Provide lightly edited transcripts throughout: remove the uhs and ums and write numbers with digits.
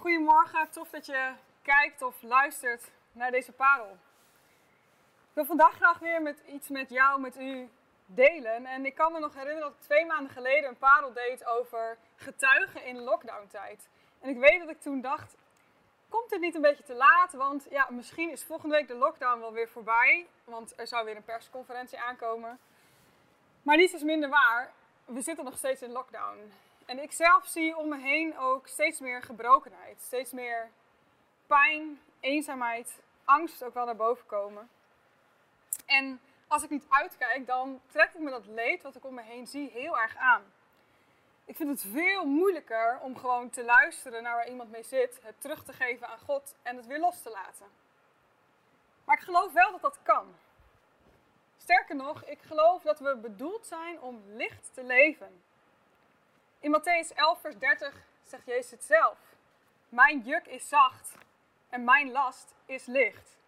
Goedemorgen, tof dat je kijkt of luistert naar deze parel. Ik wil vandaag graag weer iets met u delen. En ik kan me nog herinneren dat ik 2 maanden geleden een parel deed over getuigen in lockdowntijd. En ik weet dat ik toen dacht, komt het niet een beetje te laat? Want ja, misschien is volgende week de lockdown wel weer voorbij. Want er zou weer een persconferentie aankomen. Maar niets is minder waar, we zitten nog steeds in lockdown. En ik zelf zie om me heen ook steeds meer gebrokenheid. Steeds meer pijn, eenzaamheid, angst ook wel naar boven komen. En als ik niet uitkijk, dan trek ik me dat leed wat ik om me heen zie heel erg aan. Ik vind het veel moeilijker om gewoon te luisteren naar waar iemand mee zit, het terug te geven aan God en het weer los te laten. Maar ik geloof wel dat dat kan. Sterker nog, ik geloof dat we bedoeld zijn om licht te leven. In Matthäus 11 vers 30 zegt Jezus het zelf. Mijn juk is zacht en mijn last is licht.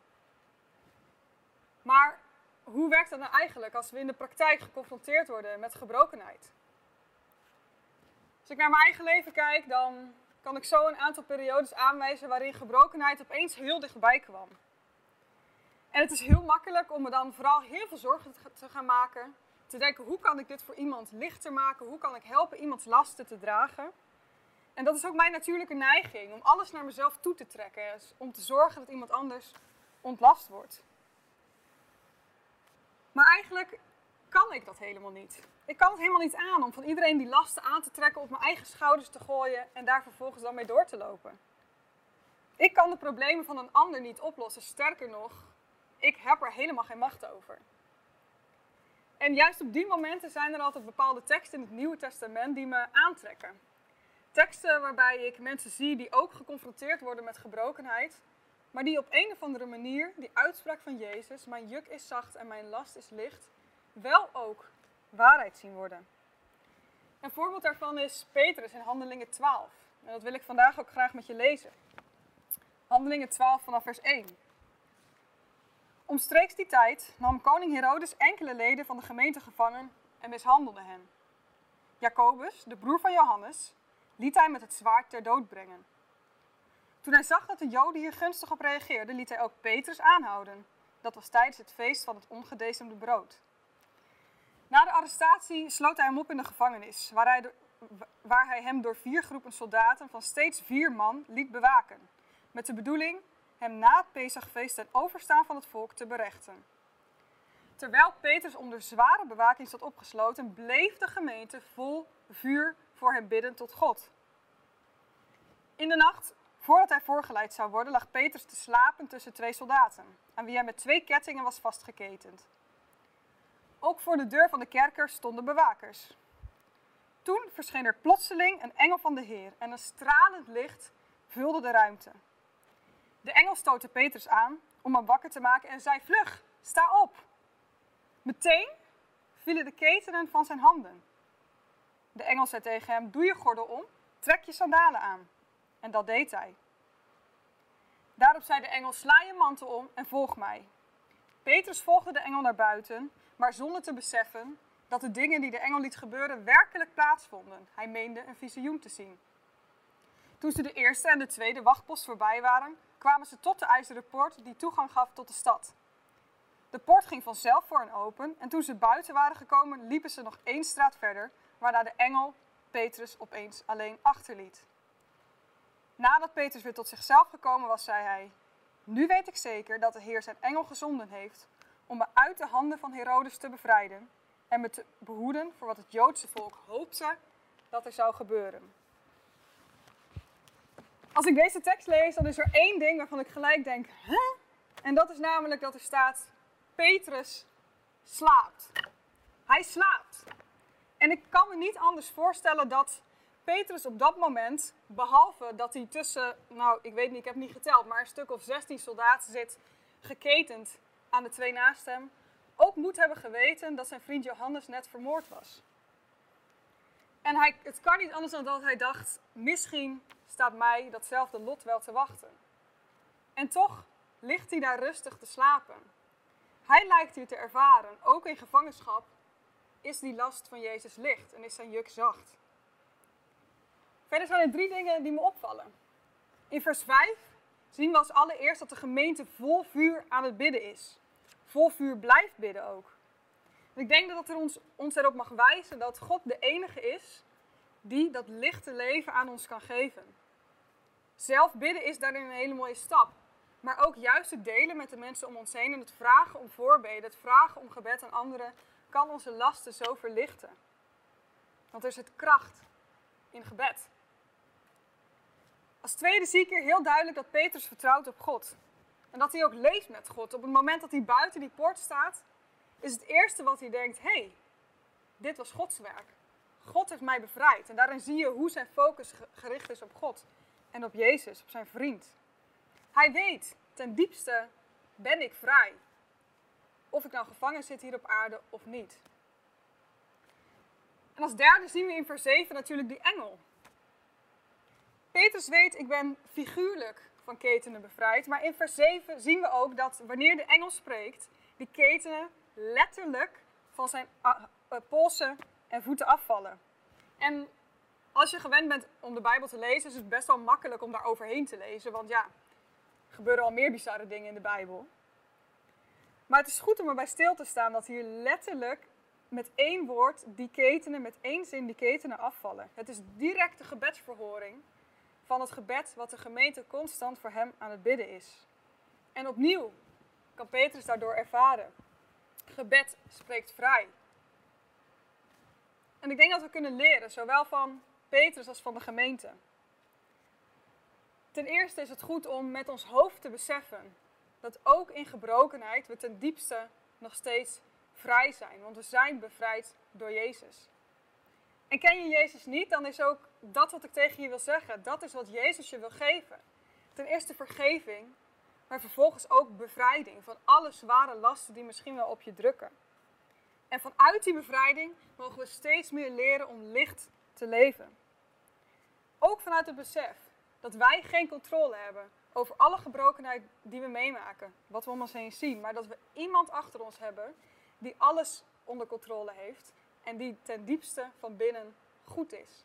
Maar hoe werkt dat nou eigenlijk als we in de praktijk geconfronteerd worden met gebrokenheid? Als ik naar mijn eigen leven kijk, dan kan ik zo een aantal periodes aanwijzen waarin gebrokenheid opeens heel dichtbij kwam. En het is heel makkelijk om me dan vooral heel veel zorgen te gaan maken. Te denken, hoe kan ik dit voor iemand lichter maken? Hoe kan ik helpen iemands lasten te dragen? En dat is ook mijn natuurlijke neiging, om alles naar mezelf toe te trekken. Om te zorgen dat iemand anders ontlast wordt. Maar eigenlijk kan ik dat helemaal niet. Ik kan het helemaal niet aan om van iedereen die lasten aan te trekken, op mijn eigen schouders te gooien en daar vervolgens dan mee door te lopen. Ik kan de problemen van een ander niet oplossen. Sterker nog, ik heb er helemaal geen macht over. En juist op die momenten zijn er altijd bepaalde teksten in het Nieuwe Testament die me aantrekken. Teksten waarbij ik mensen zie die ook geconfronteerd worden met gebrokenheid, maar die op een of andere manier die uitspraak van Jezus, mijn juk is zacht en mijn last is licht, wel ook waarheid zien worden. Een voorbeeld daarvan is Petrus in Handelingen 12. En dat wil ik vandaag ook graag met je lezen. Handelingen 12 vanaf vers 1. Omstreeks die tijd nam koning Herodes enkele leden van de gemeente gevangen en mishandelde hen. Jacobus, de broer van Johannes, liet hij met het zwaard ter dood brengen. Toen hij zag dat de Joden hier gunstig op reageerden, liet hij ook Petrus aanhouden. Dat was tijdens het feest van het ongedecemde brood. Na de arrestatie sloot hij hem op in de gevangenis, waar hij hem door 4 groepen soldaten van steeds 4 man liet bewaken. Met de bedoeling hem na het Pesachfeest ten overstaan van het volk te berechten. Terwijl Petrus onder zware bewaking zat opgesloten, bleef de gemeente vol vuur voor hem bidden tot God. In de nacht, voordat hij voorgeleid zou worden, lag Petrus te slapen tussen 2 soldaten, aan wie hij met 2 kettingen was vastgeketend. Ook voor de deur van de kerker stonden bewakers. Toen verscheen er plotseling een engel van de Heer en een stralend licht vulde de ruimte. De engel stootte Petrus aan om hem wakker te maken en zei, vlug, sta op. Meteen vielen de ketenen van zijn handen. De engel zei tegen hem, doe je gordel om, trek je sandalen aan. En dat deed hij. Daarop zei de engel, sla je mantel om en volg mij. Petrus volgde de engel naar buiten, maar zonder te beseffen dat de dingen die de engel liet gebeuren werkelijk plaatsvonden. Hij meende een visioen te zien. Toen ze de eerste en de tweede wachtpost voorbij waren, kwamen ze tot de ijzeren poort die toegang gaf tot de stad. De poort ging vanzelf voor hen open en toen ze buiten waren gekomen, liepen ze nog 1 straat verder, waarna de engel Petrus opeens alleen achterliet. Nadat Petrus weer tot zichzelf gekomen was, zei hij, nu weet ik zeker dat de Heer zijn engel gezonden heeft om me uit de handen van Herodes te bevrijden en me te behoeden voor wat het Joodse volk hoopte dat er zou gebeuren. Als ik deze tekst lees, dan is er 1 ding waarvan ik gelijk denk, huh? En dat is namelijk dat er staat, Petrus slaapt. Hij slaapt. En ik kan me niet anders voorstellen dat Petrus op dat moment, behalve dat hij tussen, ik weet niet, ik heb niet geteld, maar een stuk of 16 soldaten zit geketend aan de 2 naast hem, ook moet hebben geweten dat zijn vriend Johannes net vermoord was. En het kan niet anders dan dat hij dacht, misschien staat mij datzelfde lot wel te wachten. En toch ligt hij daar rustig te slapen. Hij lijkt hier te ervaren, ook in gevangenschap, is die last van Jezus licht en is zijn juk zacht. Verder zijn er 3 dingen die me opvallen. In vers 5 zien we als allereerst dat de gemeente vol vuur aan het bidden is. Vol vuur blijft bidden ook. En ik denk dat het ons erop mag wijzen dat God de enige is die dat lichte leven aan ons kan geven. Zelf bidden is daarin een hele mooie stap. Maar ook juist het delen met de mensen om ons heen en het vragen om voorbeden, het vragen om gebed aan anderen, kan onze lasten zo verlichten. Want er zit kracht in gebed. Als tweede zie ik hier heel duidelijk dat Petrus vertrouwt op God. En dat hij ook leeft met God. Op het moment dat hij buiten die poort staat, is het eerste wat hij denkt, hé, dit was Gods werk. God heeft mij bevrijd. En daarin zie je hoe zijn focus gericht is op God. En op Jezus, op zijn vriend. Hij weet, ten diepste ben ik vrij. Of ik nou gevangen zit hier op aarde of niet. En als derde zien we in vers 7 natuurlijk die engel. Petrus weet, ik ben figuurlijk van ketenen bevrijd. Maar in vers 7 zien we ook dat wanneer de engel spreekt, die ketenen letterlijk van zijn polsen en voeten afvallen. En als je gewend bent om de Bijbel te lezen, is het best wel makkelijk om daar overheen te lezen. Want ja, er gebeuren al meer bizarre dingen in de Bijbel. Maar het is goed om erbij stil te staan dat hier letterlijk met één woord die ketenen, met één zin die ketenen afvallen. Het is directe gebedsverhoring van het gebed wat de gemeente constant voor hem aan het bidden is. En opnieuw kan Petrus daardoor ervaren. Gebed spreekt vrij. En ik denk dat we kunnen leren, zowel van Petrus als van de gemeente. Ten eerste is het goed om met ons hoofd te beseffen dat ook in gebrokenheid we ten diepste nog steeds vrij zijn. Want we zijn bevrijd door Jezus. En ken je Jezus niet, dan is ook dat wat ik tegen je wil zeggen, dat is wat Jezus je wil geven. Ten eerste vergeving, maar vervolgens ook bevrijding van alle zware lasten die misschien wel op je drukken. En vanuit die bevrijding mogen we steeds meer leren om licht te leven. Ook vanuit het besef dat wij geen controle hebben over alle gebrokenheid die we meemaken, wat we om ons heen zien. Maar dat we iemand achter ons hebben die alles onder controle heeft en die ten diepste van binnen goed is.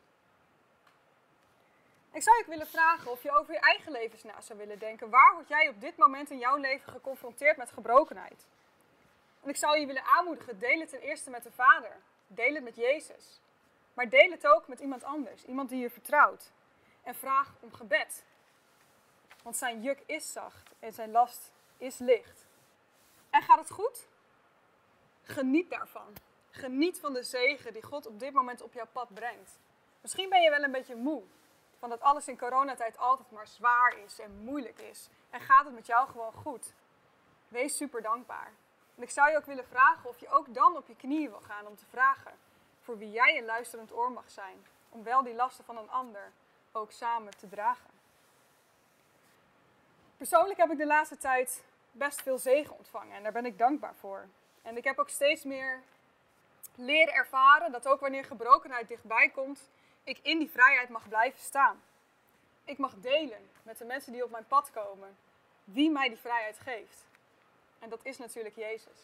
Ik zou je willen vragen of je over je eigen levens na zou willen denken. Waar word jij op dit moment in jouw leven geconfronteerd met gebrokenheid? En ik zou je willen aanmoedigen, deel het ten eerste met de Vader. Deel het met Jezus. Maar deel het ook met iemand anders, iemand die je vertrouwt. En vraag om gebed. Want zijn juk is zacht en zijn last is licht. En gaat het goed? Geniet daarvan. Geniet van de zegen die God op dit moment op jouw pad brengt. Misschien ben je wel een beetje moe. Van dat alles in coronatijd altijd maar zwaar is en moeilijk is. En gaat het met jou gewoon goed. Wees super dankbaar. En ik zou je ook willen vragen of je ook dan op je knieën wil gaan om te vragen voor wie jij een luisterend oor mag zijn. Om wel die lasten van een ander ook samen te dragen. Persoonlijk heb ik de laatste tijd best veel zegen ontvangen en daar ben ik dankbaar voor. En ik heb ook steeds meer leren ervaren dat ook wanneer gebrokenheid dichtbij komt, ik in die vrijheid mag blijven staan. Ik mag delen met de mensen die op mijn pad komen wie mij die vrijheid geeft. En dat is natuurlijk Jezus.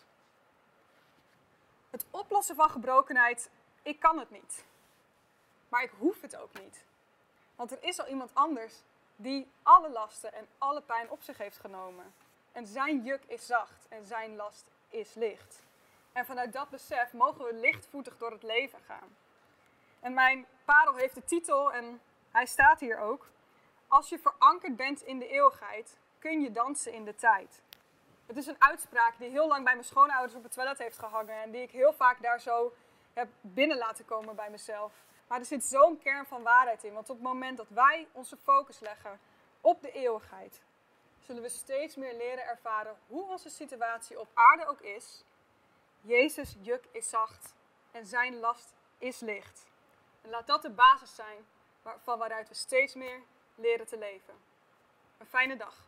Het oplossen van gebrokenheid, ik kan het niet. Maar ik hoef het ook niet. Want er is al iemand anders die alle lasten en alle pijn op zich heeft genomen. En zijn juk is zacht en zijn last is licht. En vanuit dat besef mogen we lichtvoetig door het leven gaan. En mijn parel heeft de titel, en hij staat hier ook. Als je verankerd bent in de eeuwigheid, kun je dansen in de tijd. Het is een uitspraak die heel lang bij mijn schoonouders op het toilet heeft gehangen. En die ik heel vaak daar zo heb binnen laten komen bij mezelf. Maar er zit zo'n kern van waarheid in. Want op het moment dat wij onze focus leggen op de eeuwigheid, zullen we steeds meer leren ervaren hoe onze situatie op aarde ook is. Jezus' juk is zacht en zijn last is licht. En laat dat de basis zijn van waaruit we steeds meer leren te leven. Een fijne dag.